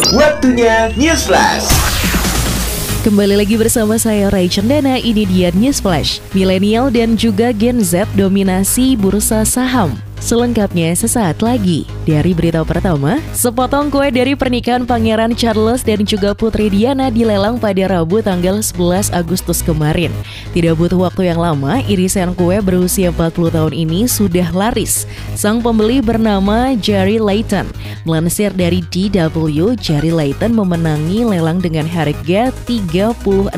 Waktunya News Flash. Kembali lagi bersama saya Rai Cendana, ini dia News Flash. Milenial dan juga Gen Z dominasi bursa saham. Selengkapnya sesaat lagi. Dari berita pertama, sepotong kue dari pernikahan Pangeran Charles dan juga Putri Diana dilelang pada Rabu tanggal 11 Agustus kemarin. Tidak butuh waktu yang lama, irisan kue berusia 40 tahun ini sudah laris. Sang pembeli bernama Jerry Layton. Melansir dari DW, Jerry Layton memenangi lelang dengan harga 36,8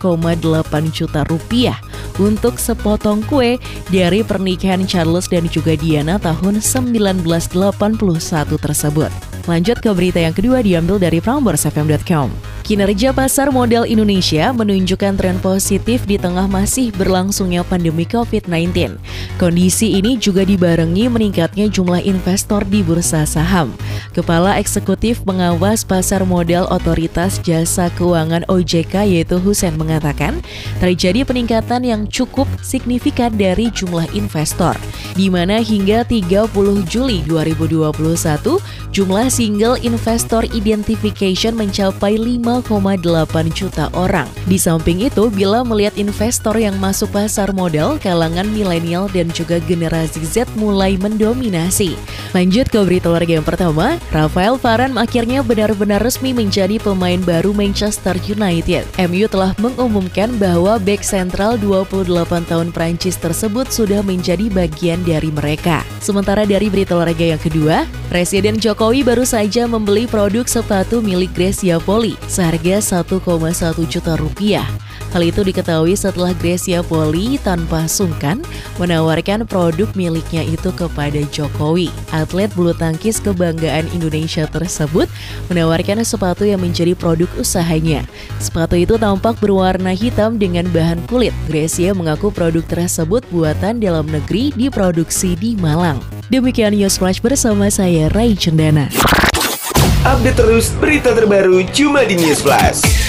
juta rupiah untuk sepotong kue dari pernikahan Charles dan juga Diana tahun 1981 tersebut. Lanjut ke berita yang kedua, diambil dari prambors.fm.com. Kinerja pasar modal Indonesia menunjukkan tren positif di tengah masih berlangsungnya pandemi COVID-19. Kondisi ini juga dibarengi meningkatnya jumlah investor di bursa saham. Kepala Eksekutif Pengawas Pasar Modal Otoritas Jasa Keuangan OJK yaitu Husein mengatakan, terjadi peningkatan yang cukup signifikan dari jumlah investor, di mana hingga 30 Juli 2021 jumlah single investor identification mencapai 5,8 juta orang. Di samping itu, bila melihat investor yang masuk pasar modal, kalangan milenial dan juga generasi Z mulai mendominasi. Lanjut ke berita olahraga yang pertama, Rafael Varane akhirnya benar-benar resmi menjadi pemain baru Manchester United. MU telah mengumumkan bahwa bek sentral 28 tahun Prancis tersebut sudah menjadi bagian dari mereka. Sementara dari berita olahraga yang kedua, Presiden Jokowi baru saja membeli produk sepatu milik Grecia Poli seharga 1,1 juta rupiah. Hal itu diketahui setelah Grecia Poli tanpa sungkan menawarkan produk miliknya itu kepada Jokowi. Atlet bulu tangkis kebanggaan Indonesia tersebut menawarkan sepatu yang menjadi produk usahanya. Sepatu itu tampak berwarna hitam dengan bahan kulit. Grecia mengaku produk tersebut buatan dalam negeri diproduksi di Malang. Demikian News Flash bersama saya Rai Cendana. Update terus berita terbaru cuma di News Flash.